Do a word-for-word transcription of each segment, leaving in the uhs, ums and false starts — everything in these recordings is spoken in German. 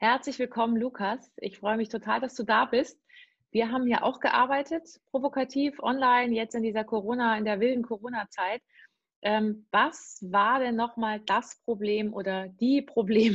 Herzlich willkommen, Lukas. Ich freue mich total, dass du da bist. Wir haben ja auch gearbeitet, provokativ, online, jetzt in dieser Corona, in der wilden Corona-Zeit. Ähm, was war denn nochmal das Problem oder die Probleme?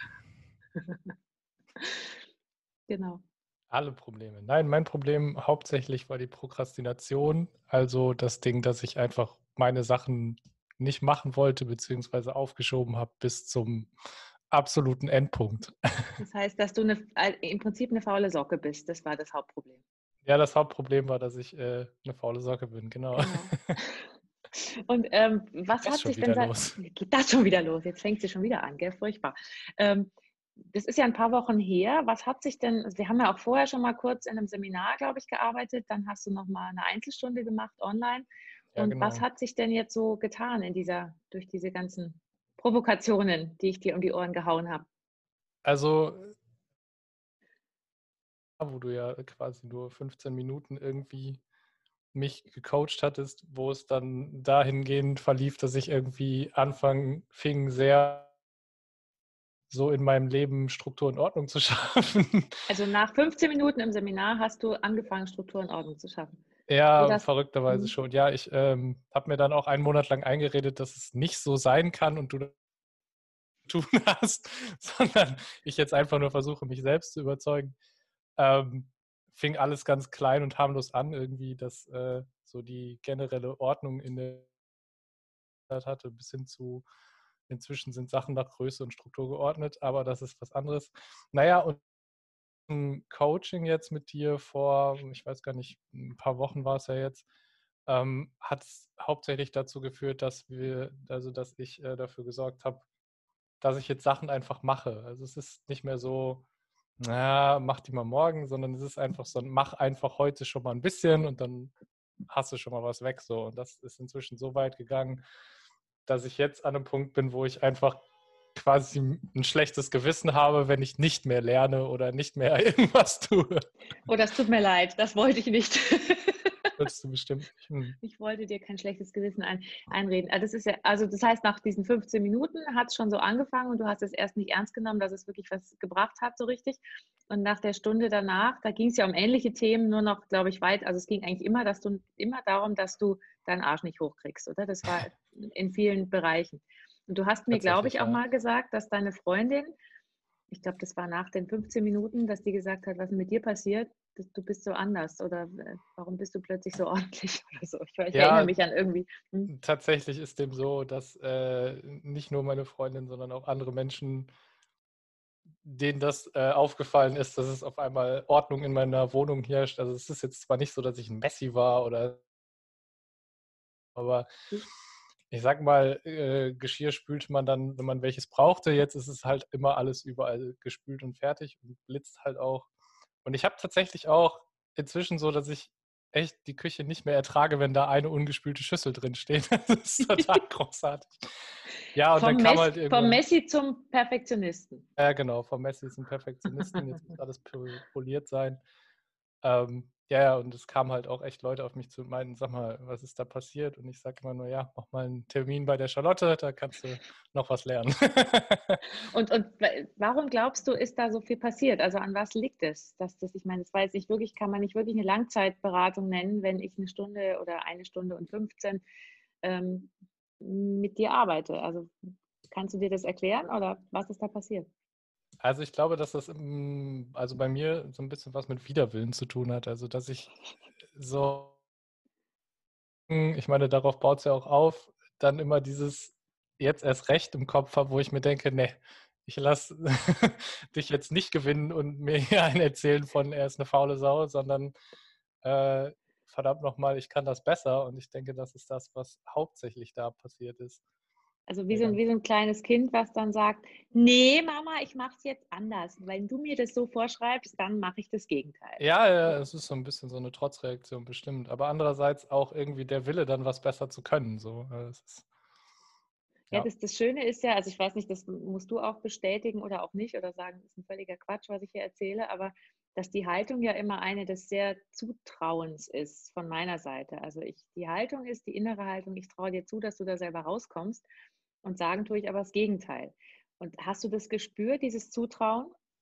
Genau. Alle Probleme. Nein, mein Problem hauptsächlich war die Prokrastination, also das Ding, dass ich einfach meine Sachen nicht machen wollte, beziehungsweise aufgeschoben habe bis zum absoluten Endpunkt. Das heißt, dass du eine, äh, im Prinzip eine faule Socke bist. Das war das Hauptproblem. Ja, das Hauptproblem war, dass ich äh, eine faule Socke bin, genau. Genau. Und ähm, Geht was das hat schon sich denn wieder seit, los? geht das schon wieder los? Jetzt fängt sie schon wieder an, gell? Furchtbar. Ähm, das ist ja ein paar Wochen her. Was hat sich denn, also wir haben ja auch vorher schon mal kurz in einem Seminar, glaube ich, gearbeitet. Dann hast du noch mal eine Einzelstunde gemacht online. Ja, Und was genau. hat sich denn jetzt so getan in dieser, durch diese ganzen Provokationen, die ich dir um die Ohren gehauen habe? Also, wo du ja quasi nur fünfzehn Minuten irgendwie mich gecoacht hattest, wo es dann dahingehend verlief, dass ich irgendwie anfangen fing, sehr so in meinem Leben Struktur und Ordnung zu schaffen. Also nach fünfzehn Minuten im Seminar hast du angefangen, Struktur und Ordnung zu schaffen. Ja, Sodass, verrückterweise hm, schon. Ja, ich ähm, habe mir dann auch einen Monat lang eingeredet, dass es nicht so sein kann und du das tun hast, sondern ich jetzt einfach nur versuche, mich selbst zu überzeugen. Ähm, fing alles ganz klein und harmlos an, irgendwie, dass äh, so die generelle Ordnung in der Stadt hatte, bis hin zu inzwischen sind Sachen nach Größe und Struktur geordnet, aber das ist was anderes. Naja, und ein Coaching jetzt mit dir vor, ich weiß gar nicht, ein paar Wochen war es ja jetzt, ähm, hat es hauptsächlich dazu geführt, dass wir, also dass ich äh, dafür gesorgt habe, dass ich jetzt Sachen einfach mache. Also es ist nicht mehr so, na, mach die mal morgen, sondern es ist einfach so, mach einfach heute schon mal ein bisschen und dann hast du schon mal was weg so. Und das ist inzwischen so weit gegangen, dass ich jetzt an einem Punkt bin, wo ich einfach quasi ein schlechtes Gewissen habe, wenn ich nicht mehr lerne oder nicht mehr irgendwas tue. oh, das tut mir leid, das wollte ich nicht. Würdest du bestimmt nicht. Hm. Ich wollte dir kein schlechtes Gewissen ein, einreden. Also das ist ja, also das heißt, nach diesen fünfzehn Minuten hat es schon so angefangen und du hast es erst nicht ernst genommen, dass es wirklich was gebracht hat, so richtig. Und nach der Stunde danach, da ging es ja um ähnliche Themen, nur noch, glaube ich, weit. Also es ging eigentlich immer, dass du immer darum, dass du deinen Arsch nicht hochkriegst, oder? Das war in vielen Bereichen. Und du hast mir, glaube Tatsächlich, ich, auch ja. mal gesagt, dass deine Freundin, ich glaube, das war nach den fünfzehn Minuten, dass die gesagt hat, was ist mit dir passiert? Du bist so anders oder äh, warum bist du plötzlich so ordentlich oder so. Ich, ich erinnere Ja, mich an irgendwie. Hm? tatsächlich ist dem so, dass äh, nicht nur meine Freundin, sondern auch andere Menschen, denen das äh, aufgefallen ist, dass es auf einmal Ordnung in meiner Wohnung herrscht. Also es ist jetzt zwar nicht so, dass ich ein Messi war oder, aber ich sag mal, äh, Geschirr spült man dann, wenn man welches brauchte. Jetzt ist es halt immer alles überall gespült und fertig und blitzt halt auch. Und ich habe tatsächlich auch inzwischen so, dass ich echt die Küche nicht mehr ertrage, wenn da eine ungespülte Schüssel drin steht. Das ist total großartig. Ja, und dann vom, kam Messi, halt vom irgendwann, Messi zum Perfektionisten. ja genau, vom Messi zum Perfektionisten, jetzt muss alles poliert sein. Ähm, ja, ja, und es kamen halt auch echt Leute auf mich zu und meinten, sag mal, was ist da passiert? Und ich sage immer nur, ja, mach mal einen Termin bei der Charlotte, da kannst du noch was lernen. Und, und warum glaubst du, ist da so viel passiert? Also an was liegt es? Dass das, ich meine, das war jetzt nicht wirklich, kann man nicht wirklich eine Langzeitberatung nennen, wenn ich eine Stunde oder eine Stunde und fünfzehn ähm, mit dir arbeite. Also kannst du dir das erklären oder was ist da passiert? Also ich glaube, dass das im, also bei mir so ein bisschen was mit Widerwillen zu tun hat. Also dass ich so, ich meine, darauf baut es ja auch auf, dann immer dieses jetzt erst recht im Kopf habe, wo ich mir denke, nee, ich lasse dich jetzt nicht gewinnen und mir hier einen erzählen von, er ist eine faule Sau, sondern äh, verdammt nochmal, ich kann das besser. Und ich denke, das ist das, was hauptsächlich da passiert ist. Also wie Der so, ein, ganz wie so ein kleines Kind, was dann sagt, nee, Mama, ich mache es jetzt anders. Wenn du mir das so vorschreibst, dann mache ich das Gegenteil. ja, ja, es ist so ein bisschen so eine Trotzreaktion bestimmt. Aber andererseits auch irgendwie der Wille, dann was besser zu können. So, äh, es ist, Ja, ja. das, das Schöne ist ja, also ich weiß nicht, das musst du auch bestätigen oder auch nicht oder sagen, das ist ein völliger Quatsch, was ich hier erzähle, aber dass die Haltung ja immer eine des sehr Zutrauens ist von meiner Seite. Also ich, die Haltung ist, die innere Haltung, ich traue dir zu, dass du da selber rauskommst und sagen tue ich aber das Gegenteil. Und hast du das gespürt, dieses Zutrauen?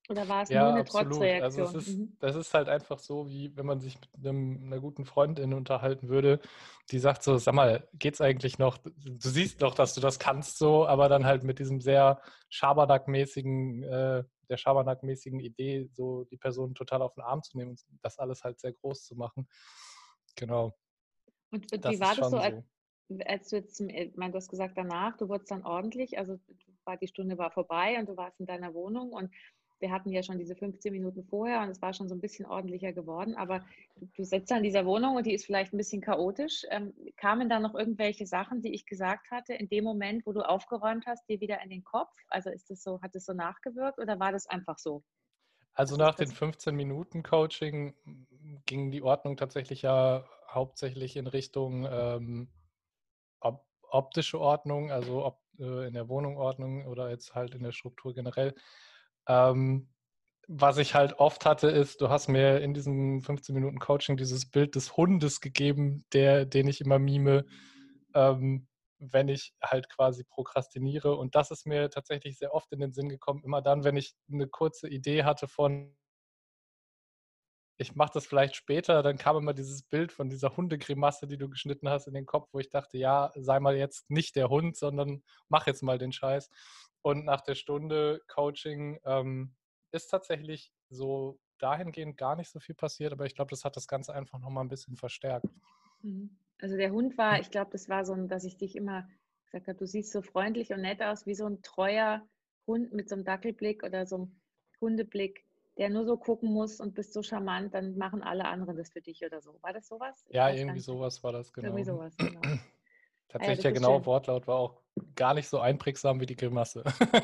Oder war es nur Ja, eine absolut. Also es Trotzreaktion? ist, Mhm. das ist halt einfach so, wie wenn man sich mit einem, einer guten Freundin unterhalten würde, die sagt so, sag mal, geht's eigentlich noch? Du siehst doch, dass du das kannst so, aber dann halt mit diesem sehr Schabernack-mäßigen, äh, der Schabernack-mäßigen Idee, so die Person total auf den Arm zu nehmen und das alles halt sehr groß zu machen. Genau, Und, und wie das ist war das so, schon als, so. als du jetzt, zum, ich meine, du hast gesagt, danach, du wurdest dann ordentlich, also war, die Stunde war vorbei und du warst in deiner Wohnung und wir hatten ja schon diese fünfzehn Minuten vorher und es war schon so ein bisschen ordentlicher geworden, aber du, du sitzt da in dieser Wohnung und die ist vielleicht ein bisschen chaotisch. Ähm, kamen da noch irgendwelche Sachen, die ich gesagt hatte, in dem Moment, wo du aufgeräumt hast, dir wieder in den Kopf? Also ist das so, hat das so nachgewirkt oder war das einfach so? Also Das ist nach den das. fünfzehn Minuten Coaching ging die Ordnung tatsächlich ja hauptsächlich in Richtung ähm, ob, optische Ordnung, also ob äh, in der Wohnung Ordnung oder jetzt halt in der Struktur generell. Ähm, was ich halt oft hatte, ist, du hast mir in diesem fünfzehn Minuten Coaching dieses Bild des Hundes gegeben, der, den ich immer mime, ähm, wenn ich halt quasi prokrastiniere. Und das ist mir tatsächlich sehr oft in den Sinn gekommen, immer dann, wenn ich eine kurze Idee hatte von, ich mache das vielleicht später, dann kam immer dieses Bild von dieser Hundegrimasse, die du geschnitten hast, in den Kopf, wo ich dachte, ja, sei mal jetzt nicht der Hund, sondern mach jetzt mal den Scheiß. Und nach der Stunde Coaching ähm, ist tatsächlich so dahingehend gar nicht so viel passiert, aber ich glaube, das hat das Ganze einfach nochmal ein bisschen verstärkt. Mhm. Also der Hund war, ich glaube, das war so ein, dass ich dich immer gesagt habe, du siehst so freundlich und nett aus, wie so ein treuer Hund mit so einem Dackelblick oder so einem Hundeblick, der nur so gucken muss und bist so charmant, dann machen alle anderen das für dich oder so. War das sowas? Ich Ja, weiß gar irgendwie nicht mehr. sowas war das Irgendwie genau. sowas, genau. Ah ja, Tatsächlich das der ist genaue schön. Wortlaut war auch gar nicht so einprägsam wie die Grimasse.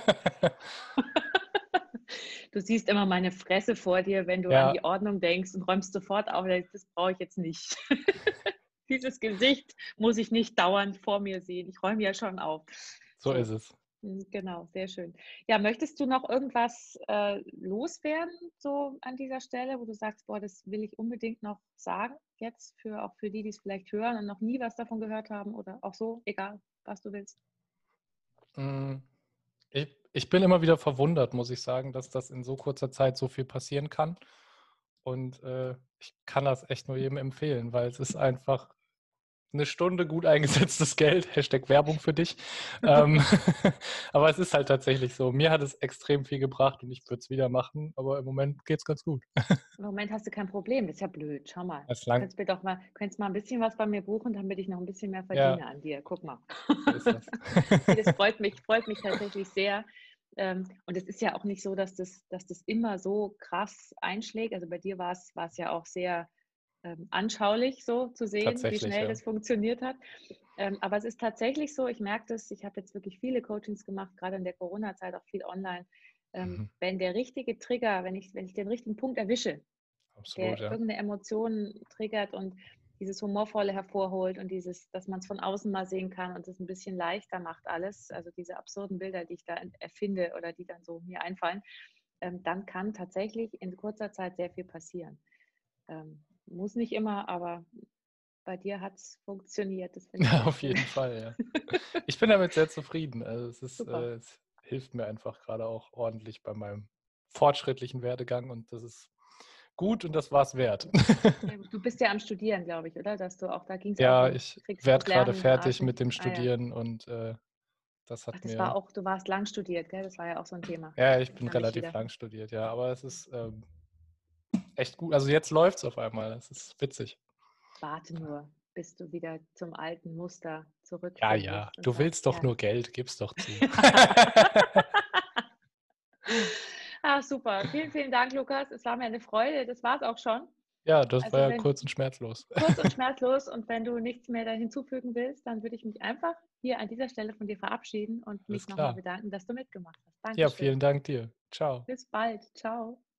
Du siehst immer meine Fresse vor dir, wenn du an Ja, die Ordnung denkst und räumst sofort auf. Das brauche ich jetzt nicht. Dieses Gesicht muss ich nicht dauernd vor mir sehen. Ich räume ja schon auf. so ist So, es. mm, genau, sehr schön. Ja, möchtest du noch irgendwas äh, loswerden, so an dieser Stelle, wo du sagst, boah, das will ich unbedingt noch sagen, jetzt für auch für die, die es vielleicht hören und noch nie was davon gehört haben oder auch so, egal, was du willst. Mm, Ich, ich bin immer wieder verwundert, muss ich sagen, dass das in so kurzer Zeit so viel passieren kann. Und äh, ich kann das echt nur jedem empfehlen, weil es ist einfach eine Stunde gut eingesetztes Geld. Hashtag Werbung für dich. Ähm, aber es ist halt tatsächlich so. Mir hat es extrem viel gebracht und ich würde es wieder machen, aber im Moment geht es ganz gut. Im Moment hast du kein Problem, das ist ja blöd. Schau mal. Es lang, Könntest mir doch mal, könntest mal ein bisschen was bei mir buchen, damit ich noch ein bisschen mehr ja, verdiene an dir. Guck mal. so ist das. Nee, das freut mich, freut mich tatsächlich sehr. Ähm, und es ist ja auch nicht so, dass das, dass das immer so krass einschlägt. Also bei dir war es, war es ja auch sehr ähm, anschaulich so zu sehen, wie Tatsächlich, schnell ja. das funktioniert hat. Ähm, aber es ist tatsächlich so, ich merke das, ich habe jetzt wirklich viele Coachings gemacht, gerade in der Corona-Zeit auch viel online. Ähm, Mhm. wenn der richtige Trigger, wenn ich, wenn ich den richtigen Punkt erwische, Absolut, der ja. irgendeine Emotion triggert und dieses Humorvolle hervorholt und dieses, dass man es von außen mal sehen kann und es ein bisschen leichter macht alles, also diese absurden Bilder, die ich da erfinde oder die dann so mir einfallen, ähm, dann kann tatsächlich in kurzer Zeit sehr viel passieren. Ähm, muss nicht immer, aber bei dir hat es funktioniert. Das finde ich Ja, sehr auf schön. jeden Fall, ja. Ich bin damit sehr zufrieden. Also es ist, Super. äh, es hilft mir einfach gerade auch ordentlich bei meinem fortschrittlichen Werdegang und das ist gut und das war es wert. Du bist ja am Studieren, glaube ich, oder? Dass du auch, da ging es auch Ja, um, ich kriegst du werde das gerade Lernen in den fertig Arsch mit nicht. dem Ah ja. Studieren und äh, das Ach, hat das war mir, auch, du warst lang studiert, gell? Das war ja auch so ein Thema. ja, ich bin Erinnere mich relativ wieder. lang studiert, ja, aber es ist ähm, echt gut. Also jetzt läuft es auf einmal. Es ist witzig. Warte nur, bis du wieder zum alten Muster Ja, ja, zurückfindest und du sagst, willst doch ja. nur Geld, gib's doch zu. Ah, super. Vielen, vielen Dank, Lukas. Es war mir eine Freude. Das war es auch schon. Ja, das war Also ja wenn kurz und schmerzlos. kurz und schmerzlos und wenn du nichts mehr da hinzufügen willst, dann würde ich mich einfach hier an dieser Stelle von dir verabschieden und Alles mich nochmal klar. bedanken, dass du mitgemacht hast. Ja, Dankeschön. vielen Dank dir. Ciao. Bis bald. Ciao.